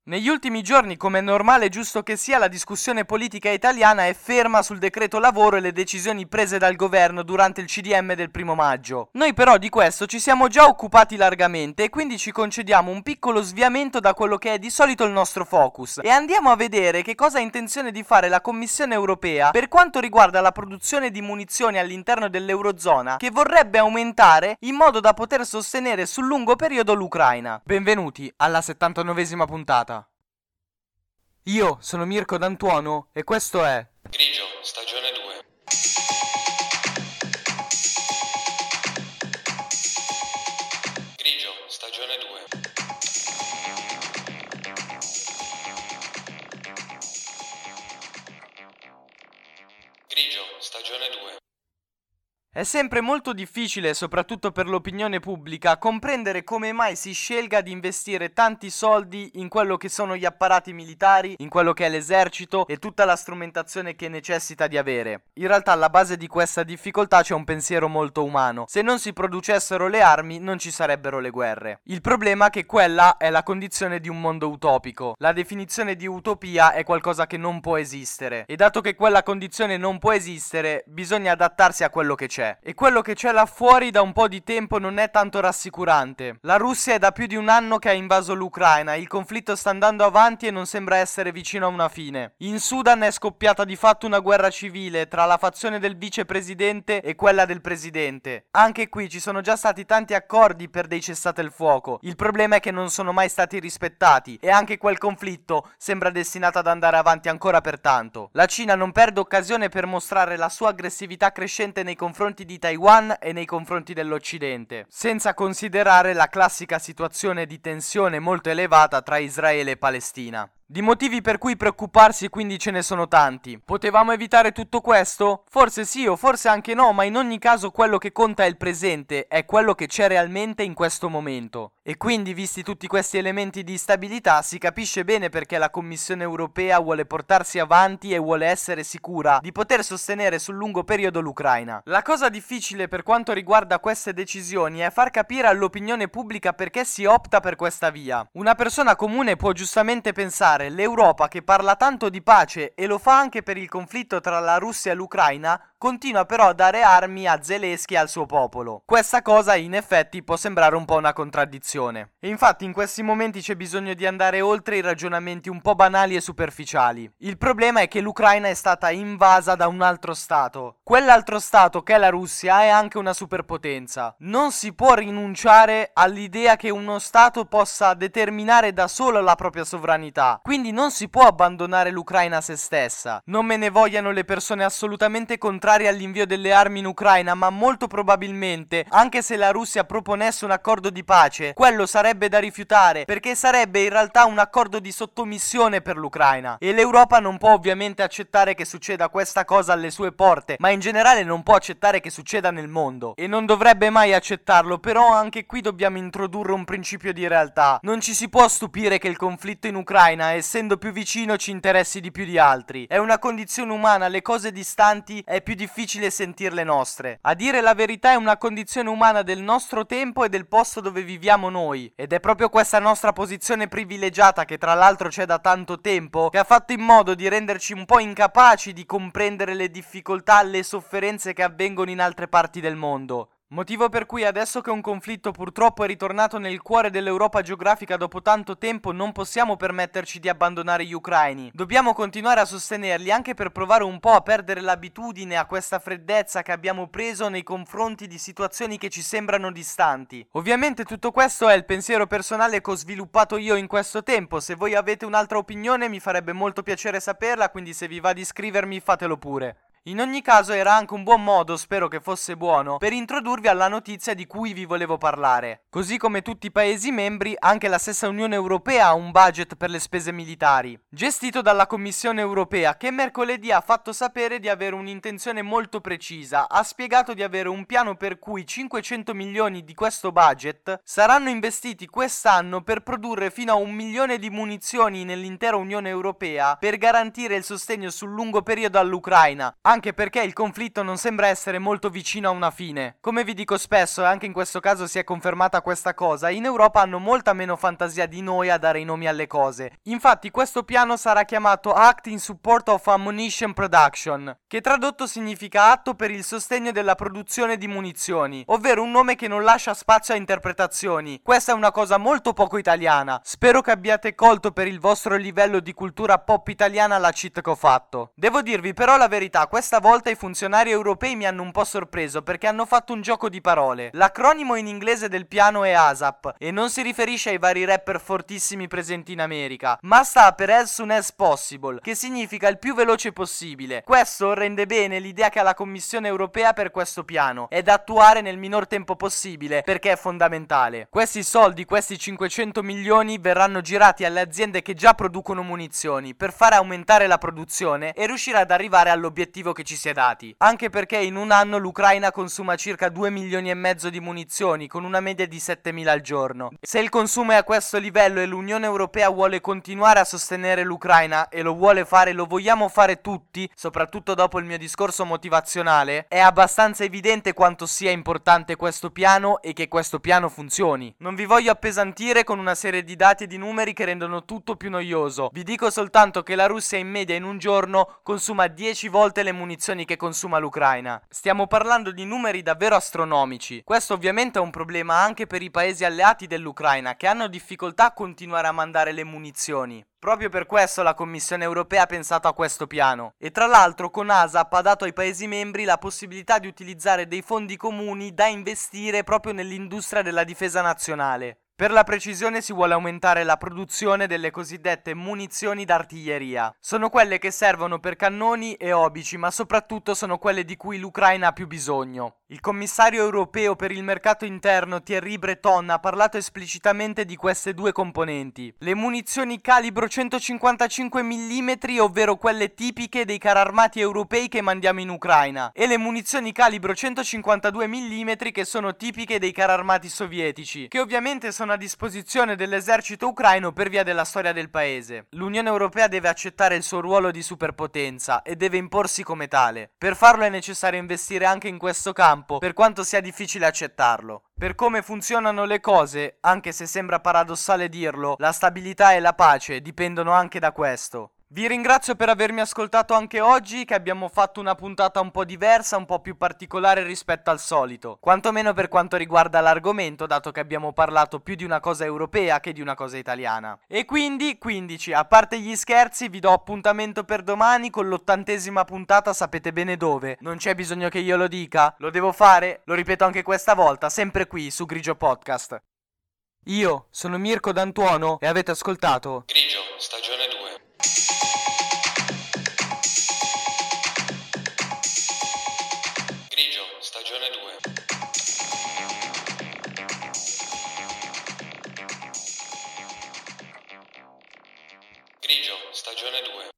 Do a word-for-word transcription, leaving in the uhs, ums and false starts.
Negli ultimi giorni, come è normale e giusto che sia, la discussione politica italiana è ferma sul decreto lavoro e le decisioni prese dal governo durante il C D M del primo maggio. Noi però di questo ci siamo già occupati largamente e quindi ci concediamo un piccolo sviamento da quello che è di solito il nostro focus e andiamo a vedere che cosa ha intenzione di fare la Commissione europea per quanto riguarda la produzione di munizioni all'interno dell'Eurozona, che vorrebbe aumentare in modo da poter sostenere sul lungo periodo l'Ucraina. Benvenuti alla settantanovesima puntata. Io sono Mirko D'Antuono e questo è Grigio, stagione due. Grigio, stagione due. Grigio, stagione due. È sempre molto difficile, soprattutto per l'opinione pubblica, comprendere come mai si scelga di investire tanti soldi in quello che sono gli apparati militari, in quello che è l'esercito e tutta la strumentazione che necessita di avere. In realtà alla base di questa difficoltà c'è un pensiero molto umano. Se non si producessero le armi non ci sarebbero le guerre. Il problema è che quella è la condizione di un mondo utopico. La definizione di utopia è qualcosa che non può esistere e dato che quella condizione non può esistere bisogna adattarsi a quello che c'è. E quello che c'è là fuori da un po' di tempo non è tanto rassicurante. La Russia è da più di un anno che ha invaso l'Ucraina, il conflitto sta andando avanti e non sembra essere vicino a una fine. In Sudan è scoppiata di fatto una guerra civile tra la fazione del vicepresidente e quella del presidente. Anche qui ci sono già stati tanti accordi per dei cessate il fuoco. Il problema è che non sono mai stati rispettati e anche quel conflitto sembra destinato ad andare avanti ancora per tanto. La Cina non perde occasione per mostrare la sua aggressività crescente nei confronti di Taiwan e nei confronti dell'Occidente, senza considerare la classica situazione di tensione molto elevata tra Israele e Palestina. Di motivi per cui preoccuparsi quindi ce ne sono tanti. Potevamo evitare tutto questo? Forse sì o forse anche no, ma in ogni caso quello che conta è il presente, è quello che c'è realmente in questo momento. E quindi, visti tutti questi elementi di instabilità, si capisce bene perché la Commissione europea vuole portarsi avanti e vuole essere sicura di poter sostenere sul lungo periodo l'Ucraina. La cosa difficile per quanto riguarda queste decisioni è far capire all'opinione pubblica perché si opta per questa via. Una persona comune può giustamente pensare: l'Europa, che parla tanto di pace e lo fa anche per il conflitto tra la Russia e l'Ucraina, continua però a dare armi a Zelensky e al suo popolo. Questa cosa in effetti può sembrare un po' una contraddizione. E infatti in questi momenti c'è bisogno di andare oltre i ragionamenti un po' banali e superficiali. Il problema è che l'Ucraina è stata invasa da un altro stato. Quell'altro stato, che è la Russia, è anche una superpotenza. Non si può rinunciare all'idea che uno stato possa determinare da solo la propria sovranità. Quindi non si può abbandonare l'Ucraina a se stessa. Non me ne vogliano le persone assolutamente contrarie all'invio delle armi in Ucraina, ma molto probabilmente, anche se la Russia proponesse un accordo di pace, quello sarebbe da rifiutare, perché sarebbe in realtà un accordo di sottomissione per l'Ucraina. E l'Europa non può ovviamente accettare che succeda questa cosa alle sue porte, ma in generale non può accettare che succeda nel mondo. E non dovrebbe mai accettarlo, però anche qui dobbiamo introdurre un principio di realtà. Non ci si può stupire che il conflitto in Ucraina, essendo più vicino, ci interessi di più di altri. È una condizione umana, le cose distanti è più difficile sentirle nostre. A dire la verità è una condizione umana del nostro tempo e del posto dove viviamo noi. Ed è proprio questa nostra posizione privilegiata, che tra l'altro c'è da tanto tempo, che ha fatto in modo di renderci un po' incapaci di comprendere le difficoltà, le sofferenze che avvengono in altre parti del mondo. Motivo per cui adesso che un conflitto purtroppo è ritornato nel cuore dell'Europa geografica dopo tanto tempo non possiamo permetterci di abbandonare gli ucraini. Dobbiamo continuare a sostenerli anche per provare un po' a perdere l'abitudine a questa freddezza che abbiamo preso nei confronti di situazioni che ci sembrano distanti. Ovviamente tutto questo è il pensiero personale che ho sviluppato io in questo tempo. Se voi avete un'altra opinione mi farebbe molto piacere saperla, quindi se vi va di scrivermi fatelo pure. In ogni caso era anche un buon modo, spero che fosse buono, per introdurvi alla notizia di cui vi volevo parlare. Così come tutti i paesi membri, anche la stessa Unione Europea ha un budget per le spese militari, gestito dalla Commissione Europea, che mercoledì ha fatto sapere di avere un'intenzione molto precisa. Ha spiegato di avere un piano per cui cinquecento milioni di questo budget saranno investiti quest'anno per produrre fino a un milione di munizioni nell'intera Unione Europea per garantire il sostegno sul lungo periodo all'Ucraina, anche perché il conflitto non sembra essere molto vicino a una fine. Come vi dico spesso, e anche in questo caso si è confermata questa cosa, in Europa hanno molta meno fantasia di noi a dare i nomi alle cose. Infatti questo piano sarà chiamato Act in Support of Ammunition Production, che tradotto significa atto per il sostegno della produzione di munizioni, ovvero un nome che non lascia spazio a interpretazioni. Questa è una cosa molto poco italiana. Spero che abbiate colto per il vostro livello di cultura pop italiana la cheat che ho fatto. Devo dirvi però la verità, questa volta i funzionari europei mi hanno un po' sorpreso perché hanno fatto un gioco di parole. L'acronimo in inglese del piano è ASAP e non si riferisce ai vari rapper fortissimi presenti in America, ma sta per As Soon As Possible, che significa il più veloce possibile. Questo rende bene l'idea che ha la Commissione europea per questo piano, è da attuare nel minor tempo possibile perché è fondamentale. Questi soldi, questi cinquecento milioni, verranno girati alle aziende che già producono munizioni per fare aumentare la produzione e riuscire ad arrivare all'obiettivo che ci si è dati. Anche perché in un anno l'Ucraina consuma circa due milioni e mezzo di munizioni con una media di settemila al giorno. Se il consumo è a questo livello e l'Unione Europea vuole continuare a sostenere l'Ucraina, e lo vuole fare, lo vogliamo fare tutti, soprattutto dopo il mio discorso motivazionale, è abbastanza evidente quanto sia importante questo piano e che questo piano funzioni. Non vi voglio appesantire con una serie di dati e di numeri che rendono tutto più noioso. Vi dico soltanto che la Russia in media in un giorno consuma dieci volte le munizioni che consuma l'Ucraina. Stiamo parlando di numeri davvero astronomici. Questo ovviamente è un problema anche per i paesi alleati dell'Ucraina, che hanno difficoltà a continuare a mandare le munizioni. Proprio per questo la Commissione europea ha pensato a questo piano. E tra l'altro con ASAP ha dato ai Paesi membri la possibilità di utilizzare dei fondi comuni da investire proprio nell'industria della difesa nazionale. Per la precisione si vuole aumentare la produzione delle cosiddette munizioni d'artiglieria. Sono quelle che servono per cannoni e obici, ma soprattutto sono quelle di cui l'Ucraina ha più bisogno. Il commissario europeo per il mercato interno Thierry Breton ha parlato esplicitamente di queste due componenti. Le munizioni calibro centocinquantacinque millimetri, ovvero quelle tipiche dei carri armati europei che mandiamo in Ucraina, e le munizioni calibro centocinquantadue millimetri che sono tipiche dei carri armati sovietici, che ovviamente sono a disposizione dell'esercito ucraino per via della storia del paese. L'Unione Europea deve accettare il suo ruolo di superpotenza e deve imporsi come tale. Per farlo è necessario investire anche in questo campo, per quanto sia difficile accettarlo. Per come funzionano le cose, anche se sembra paradossale dirlo, la stabilità e la pace dipendono anche da questo. Vi ringrazio per avermi ascoltato anche oggi, che abbiamo fatto una puntata un po' diversa, un po' più particolare rispetto al solito, quantomeno per quanto riguarda l'argomento, dato che abbiamo parlato più di una cosa europea che di una cosa italiana. E quindi, quindici, a parte gli scherzi, vi do appuntamento per domani con l'ottantesima puntata, sapete bene dove. Non c'è bisogno che io lo dica, lo devo fare, lo ripeto anche questa volta, sempre qui su Grigio Podcast. Io sono Mirko D'Antuono e avete ascoltato Grigio, stagione due. Grigio, stagione due. Grigio, stagione due.